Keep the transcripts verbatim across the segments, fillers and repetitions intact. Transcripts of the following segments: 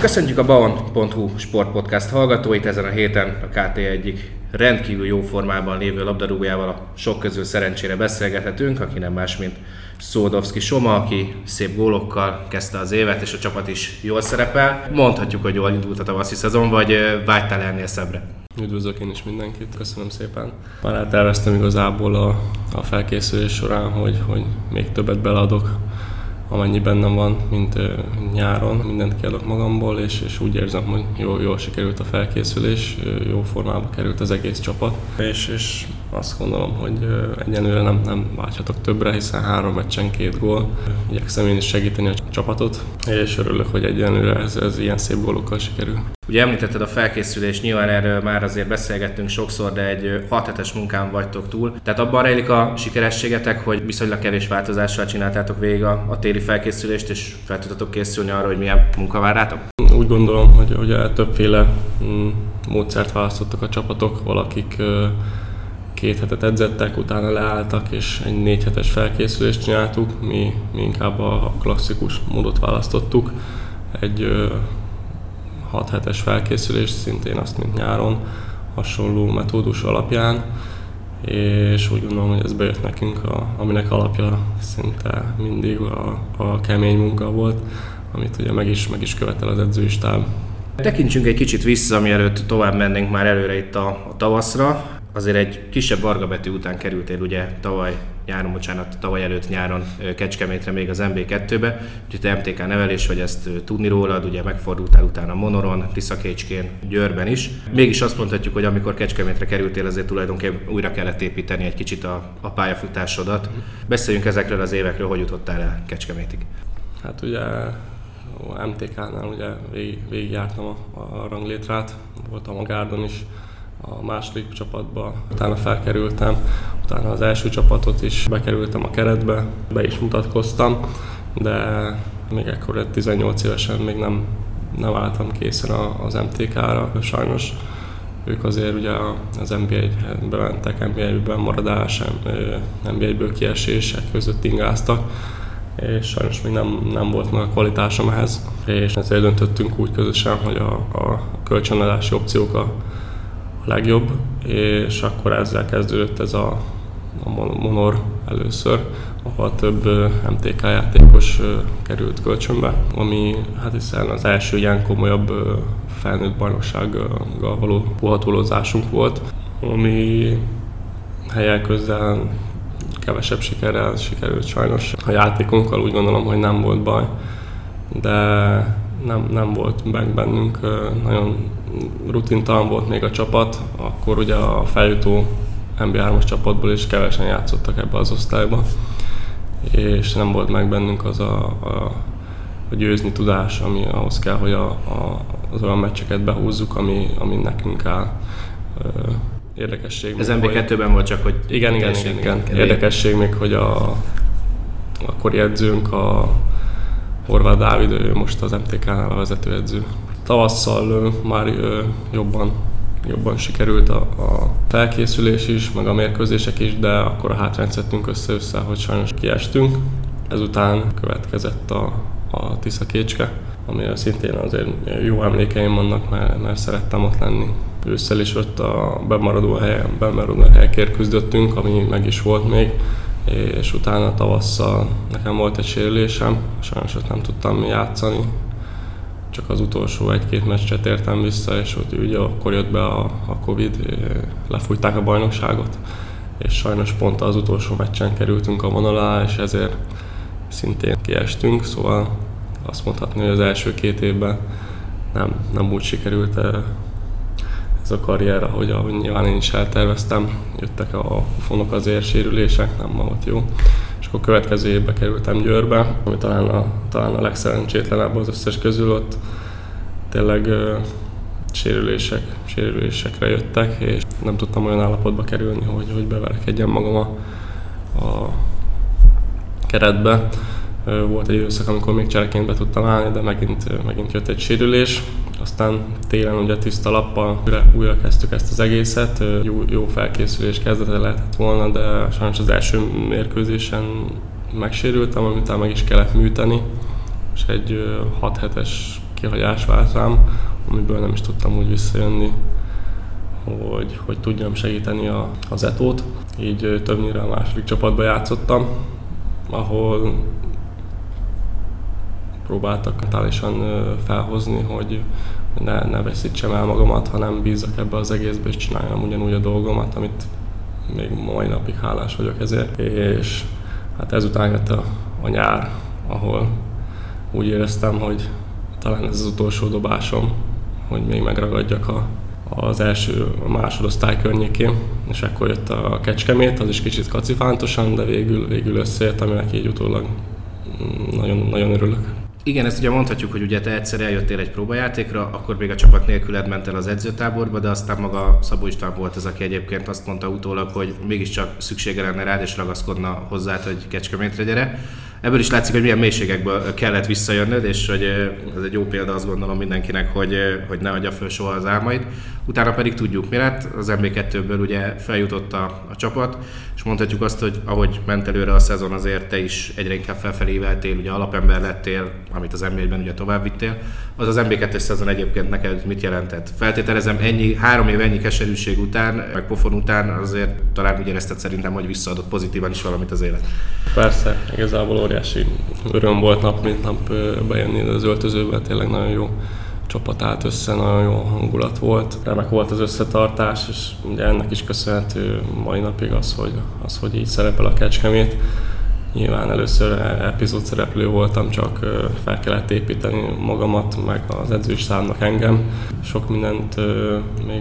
Köszöntjük a baon pont hu sportpodcast hallgatóit. Ezen a héten a ká té egyik rendkívül jó formában lévő labdarúgójával a sok közül szerencsére beszélgethetünk, aki nem más, mint Szoldovszky Soma, aki szép gólokkal kezdte az évet, és a csapat is jól szerepel. Mondhatjuk, hogy jól indult a tavaszi szezon, vagy vágytál ennél szebbre? Üdvözlök én is mindenkit, köszönöm szépen. Már elterveztem igazából a, a felkészülés során, hogy, hogy még többet beleadok, amennyi bennem van, mint uh, nyáron. Mindent kiadok magamból, és, és úgy érzem, hogy jól, jól sikerült a felkészülés, jó formába került az egész csapat. És, és azt gondolom, hogy uh, egyenlőre nem, nem vágyhatok többre, hiszen három meccsen két gól. Igyekszem én is segíteni a csapatot, és örülök, hogy egyenlőre ez, ez ilyen szép gólokkal sikerül. Ugye említetted a felkészülés, nyilván erről már azért beszélgettünk sokszor, de egy hat hetes munkán vagytok túl. Tehát abban rejlik a sikerességetek, hogy viszonylag kevés változással csináltátok végig a, a téli felkészülést, és fel tudtatok készülni arra, hogy milyen munka vár rátok? Úgy gondolom, hogy ugye többféle mm, módszert választottak a csapatok, valakik uh, két hetet edzettek, utána leálltak, és egy négy hetes felkészülést csináltuk. Mi, mi inkább a klasszikus módot választottuk. Egy uh, hat hetes felkészülés, szintén azt, mint nyáron, hasonló metódus alapján, és úgy gondolom, hogy ez bejött nekünk, a, aminek alapja szinte mindig a, a kemény munka volt, amit ugye meg is, meg is követel az edzői stáb. Tekintsünk egy kicsit vissza, mielőtt tovább mennénk már előre itt a, a tavaszra. Azért egy kisebb varga betű után kerültél ugye tavaly nyáron, bocsánat, tavaly előtt nyáron Kecskemétre még az em bé kettőbe, úgyhogy te em té ká nevelés vagy, ezt tudni rólad, ugye megfordultál utána Monoron, Tiszakécskén, Győrben is. Mégis azt mondhatjuk, hogy amikor Kecskemétre kerültél, azért tulajdonképpen újra kellett építeni egy kicsit a, a pályafutásodat. Beszéljünk ezekről az évekről, hogy jutottál el Kecskemétig. Hát ugye em té ká-nál ugye végig, végigjártam a, a ranglétrát, voltam a Gárdon is, a második csapatba, utána felkerültem, utána az első csapatot is bekerültem a keretbe, be is mutatkoztam, de még ekkor tizennyolc évesen még nem, nem álltam készen az em té ká-ra. Sajnos ők azért ugye az en bé egybe mentek, en bé egyben maradás, en bé egyből kiesések között ingáztak, és sajnos még nem, nem volt meg a kvalitásom ehhez, és ezért döntöttünk úgy közösen, hogy a, a kölcsönadási opciók a a legjobb, és akkor ezzel kezdődött ez a, a Monor először, ahol több em té ká játékos került kölcsönbe, ami hát hiszen az első ilyen komolyabb felnőtt bajnoksággal való puhatolózásunk volt, ami helyek közel kevesebb sikerrel sikerült sajnos. A játékunkkal úgy gondolom, hogy nem volt baj, de nem, nem volt meg bennünk, nagyon rutintalan volt még a csapat, akkor ugye a feljutó em bé hármas csapatból is kevesen játszottak ebbe az osztályba, és nem volt meg bennünk az a, a, a győzni tudás, ami ahhoz kell, hogy a, a, az olyan meccseket behúzzuk, ami, ami nekünk áll. Érdekesség. Ez em bé kettőben volt csak, hogy... Igen, igen, igen, igen. Érdekesség még, hogy a akkori edzőnk, a Horváth Dávid, ő most az em té ká-nál a vezetőedző. Tavasszal már jobban, jobban sikerült a, a felkészülés is, meg a mérkőzések is, de akkor a hátrányt szedtünk össze-össze, hogy sajnos kiestünk. Ezután következett a, a Tiszakécske, amire szintén azért jó emlékeim vannak, mert, mert szerettem ott lenni. Ősszel is ott a bemaradó helyen, bemaradó helyekért küzdöttünk, ami meg is volt még, és utána tavasszal nekem volt egy sérülésem, sajnos ott nem tudtam játszani, csak az utolsó egy-két meccset értem vissza, és ott ugye akkor jött be a, a Covid, lefújták a bajnokságot, és sajnos pont az utolsó meccsen kerültünk a vonal alá, és ezért szintén kiestünk, szóval azt mondhatni, hogy az első két évben nem, nem úgy sikerült ez a karrier, ahogy, ahogy nyilván én is elterveztem. Jöttek a fonok azért sérülések, nem volt jó. És akkor következő évben kerültem Győrbe, ami talán a, talán a legszerencsétlenebb az összes közül, ott tényleg uh, sérülések, sérülésekre jöttek, és nem tudtam olyan állapotba kerülni, hogy, hogy beverekedjem magam a, a keretbe. Volt egy időszak, amikor még csereként be tudtam állni, de megint, megint jött egy sérülés. Aztán télen ugye tiszta lappal újra, újra kezdtük ezt az egészet. Jó, jó felkészülés kezdete lehetett volna, de sajnos az első mérkőzésen megsérültem, amit után meg is kellett műteni. És egy hat hetes kihagyás vált rám, amiből nem is tudtam úgy visszajönni, hogy, hogy tudjam segíteni a, az etót. Így többnyire a második csapatba játszottam, ahol próbáltak mentálisan felhozni, hogy ne, ne veszítsem el magamat, hanem bízzak ebbe az egészbe, és csináljam ugyanúgy a dolgomat, amit még mai napig hálás vagyok ezért. És hát ezután jött a, a nyár, ahol úgy éreztem, hogy talán ez az utolsó dobásom, hogy még megragadjak a, az első, a másodosztály környékén, és akkor jött a Kecskemét, az is kicsit kacifántosan, de végül, végül összejött, aminek így utólag nagyon, nagyon örülök. Igen, ezt ugye mondhatjuk, hogy ugye te egyszer eljöttél egy próbajátékra, akkor még a csapat nélküled mentél az edzőtáborba, de aztán maga Szabó István volt az, aki egyébként azt mondta utólag, hogy mégiscsak szüksége lenne rád, és ragaszkodna hozzád, hogy Kecskemétre gyere. Ebből is látszik, hogy milyen mélységekből kellett visszajönnöd, és hogy ez egy jó példa, azt gondolom mindenkinek, hogy, hogy ne adja föl soha az álmait. Utána pedig tudjuk, mi lett. Az em bé kettőből ugye feljutott a, a csapat, és mondhatjuk azt, hogy ahogy ment előre a szezon, azért te is egyre inkább felfelé íveltél, ugye alapember lettél, amit az em bé egyben ugye tovább vittél. Az az em bé kettős szezon egyébként neked mit jelentett? Feltételezem, ennyi, három év ennyi keserűség után, meg pofon után azért talán úgy érezted szerintem, hogy visszaadott pozitívan is valamit az élet. Persze, igazából óriási öröm volt nap, mint nap bejönni az öltözőbe, tényleg nagyon jó csapat állt össze, nagyon jó hangulat volt. Remek volt az összetartás, és ugye ennek is köszönhető mai napig az, hogy, az, hogy így szerepel a Kecskemét. Nyilván először epizód szereplő voltam, csak fel kellett építeni magamat, meg az edzőstábnak engem. Sok mindent még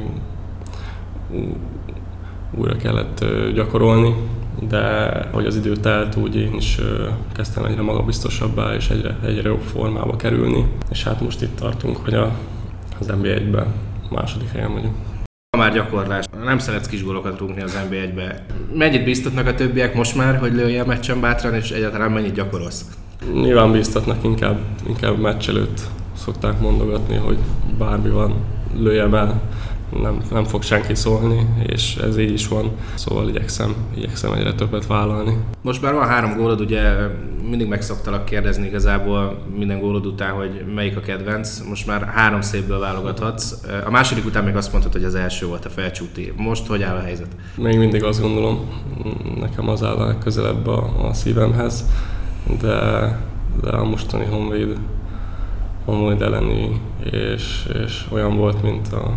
újra kellett gyakorolni, de hogy az idő telt, úgy én is kezdtem egyre magabiztosabbá és egyre, egyre jobb formába kerülni. És hát most itt tartunk, hogy a, az en bé egyben második helyen vagyunk. Ha már gyakorlás, nem szeretsz kis gólokat rúgni az en bé egybe. Mennyit bíztatnak a többiek most már, hogy lőjél meccsen bátran, és egyáltalán mennyit gyakorolsz? Nyilván bíztatnak, inkább, inkább meccs előtt szokták mondogatni, hogy bármi van, lőjem el. Nem, nem fog senki szólni, és ez így is van. Szóval igyekszem, igyekszem egyre többet vállalni. Most már van három gólod, ugye mindig meg szoktalak kérdezni igazából minden gólod után, hogy melyik a kedvenc. Most már három szépből válogathatsz. A második után még azt mondtad, hogy az első volt a Felcsúti. Most hogy áll a helyzet? Még mindig azt gondolom, nekem az áll a legközelebb a, a szívemhez, de, de a mostani Honvéd, Honvéd elleni, és, és olyan volt, mint a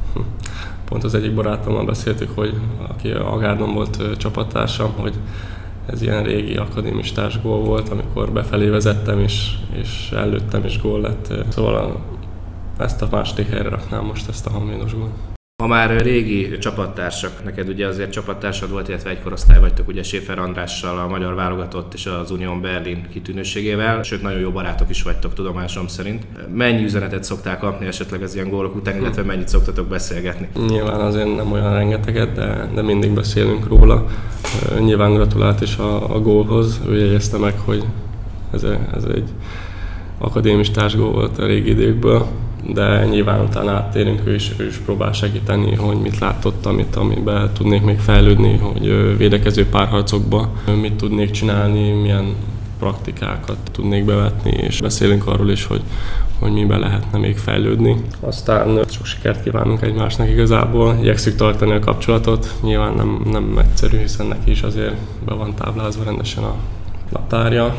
pont az egyik barátommal beszéltük, hogy aki a Gárdon volt csapattársam, hogy ez ilyen régi akadémistás gól volt, amikor befelé vezettem és, és előttem és gól lett. Szóval a, ezt a második helyre raknám most, ezt a honvédos gólt. Ha már régi csapattársak, neked ugye azért csapattársad volt, illetve egy korosztály vagytok ugye Schäfer Andrással, a magyar válogatott és az Union Berlin kitűnőségével, sőt nagyon jó barátok is vagytok tudomásom szerint. Mennyi üzenetet szoktál kapni esetleg az ilyen gólok után, illetve mennyit szoktatok beszélgetni? Nyilván azért nem olyan rengeteget, de, de mindig beszélünk róla. Nyilván gratulált is a, a gólhoz, ő jegyezte meg, hogy ez, ez egy akadémistás gól volt a régi időkből. De nyilván utána áttérünk, ő is, ő is próbál segíteni, hogy mit látott, amit, amiben tudnék még fejlődni, hogy védekező párharcokban mit tudnék csinálni, milyen praktikákat tudnék bevetni, és beszélünk arról is, hogy, hogy miben lehetne még fejlődni. Aztán sok sikert kívánunk egymásnak igazából, igyekszünk tartani a kapcsolatot, nyilván nem, nem egyszerű, hiszen neki is azért be van táblázva rendesen a naptárja,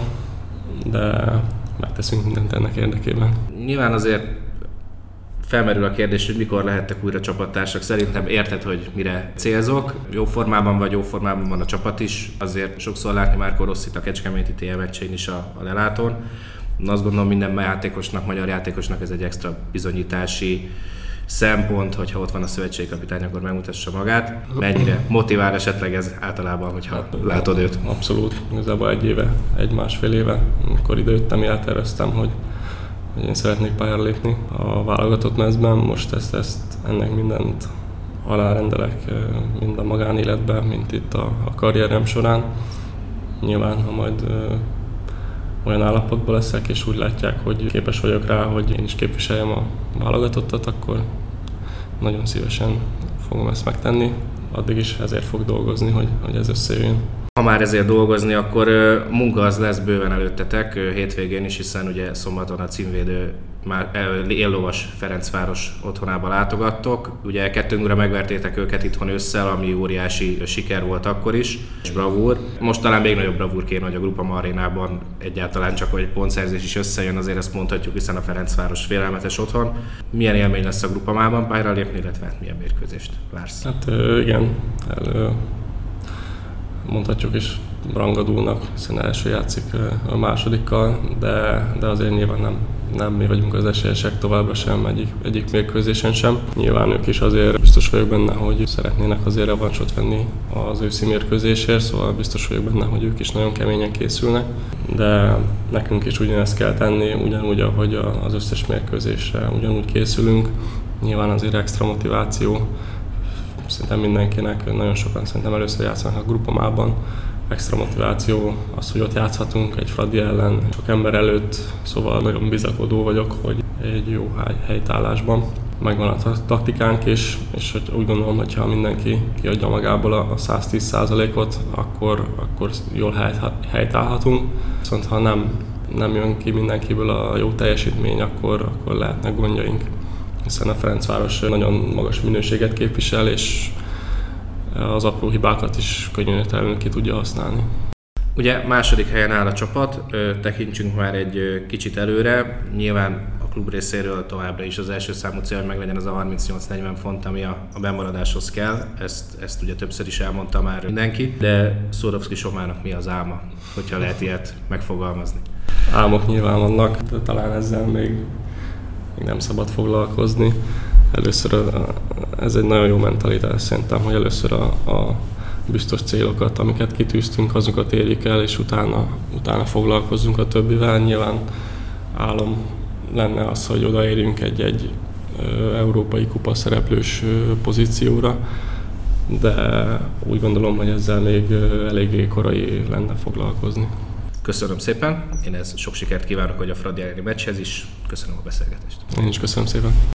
de megteszünk mindent ennek érdekében. Nyilván azért felmerül a kérdés, hogy mikor lehettek újra csapattársak. Szerintem érted, hogy mire célzok. Jó formában vagy, jó formában van a csapat is. Azért sokszor látni Márko Rosszit a Kecskeméti té el meccsén is a, a lelátón. Azt gondolom, minden játékosnak, magyar játékosnak ez egy extra bizonyítási szempont, hogyha ott van a szövetségkapitány, akkor megmutassa magát. Mennyire motivál esetleg ez általában, hogyha látod őt? Abszolút. Igazából egy éve, egy-másfél éve, amikor idejöttem, elterveztem, hogy hogy én szeretnék pályára lépni a válogatott mezben. Most ezt, ezt ennek mindent alárendelek, mind a magánéletben, mint itt a, a karrierem során. Nyilván, ha majd ö, olyan állapotban leszek, és úgy látják, hogy képes vagyok rá, hogy én is képviseljem a válogatottat, akkor nagyon szívesen fogom ezt megtenni. Addig is ezért fog dolgozni, hogy, hogy ez összejöjjön. Ha már ezért dolgozni, akkor munka az lesz bőven előttetek hétvégén is, hiszen ugye szombaton a címvédő már éllovas Ferencváros otthonába látogattok. Ugye kettő nulla megvertétek őket itthon ősszel, ami óriási siker volt akkor is, és bravúr. Most talán még nagyobb bravúr kéne, hogy a Groupama Arénában egyáltalán csak egy pontszerzés is összejön, azért ezt mondhatjuk, hiszen a Ferencváros félelmetes otthon. Milyen élmény lesz a Groupamában pályára lépni, illetve milyen mérkőzést vársz? Hát igen, el, mondhatjuk is rangadónak, hiszen első játszik a másodikkal, de, de azért nyilván nem, nem mi vagyunk az esélyesek továbbra sem, egyik, egyik mérkőzésen sem. Nyilván ők is azért biztos vagyok benne, hogy szeretnének azért revancsot venni az őszi mérkőzésért, szóval biztos vagyok benne, hogy ők is nagyon keményen készülnek, de nekünk is ugyanezt kell tenni, ugyanúgy, ahogy az összes mérkőzésre ugyanúgy készülünk. Nyilván azért extra motiváció, szerintem mindenkinek, nagyon sokan szerintem először játszanak a Groupamában. Extra motiváció az, hogy ott játszhatunk egy Fradi ellen, sok ember előtt, szóval nagyon bizakodó vagyok, hogy egy jó helytállásban megvan a taktikánk, és, és úgy gondolom, hogy ha mindenki kiadja magából a száz tíz százalékot, akkor, akkor jól helytállhatunk. Viszont ha nem, nem jön ki mindenkiből a jó teljesítmény, akkor, akkor lehetnek gondjaink. Hiszen a Ferencváros nagyon magas minőséget képvisel, és az apró hibákat is könnyűtlenül ki tudja használni. Ugye második helyen áll a csapat, tekintsünk már egy kicsit előre. Nyilván a klub részéről továbbra is az első számú cél, hogy meglegyen az a harmincnyolc negyven font, ami a, a bemaradáshoz kell. Ezt, ezt ugye többször is elmondta már mindenki. De Szódowski Somának mi az álma, hogyha lehet ilyet megfogalmazni? Álmok nyilván vannak, de talán ezzel még, még nem szabad foglalkozni. Először a, ez egy nagyon jó mentalitás szerintem, hogy először a, a biztos célokat, amiket kitűztünk, azokat érjük el, és utána, utána foglalkozzunk a többivel. Nyilván álom lenne az, hogy odaérjünk egy-egy európai kupa szereplős pozícióra, de úgy gondolom, hogy ezzel még eléggé korai lenne foglalkozni. Köszönöm szépen, én ez sok sikert kívánok, hogy a Fradi elleni meccshez is. Köszönöm a beszélgetést. Én is köszönöm szépen.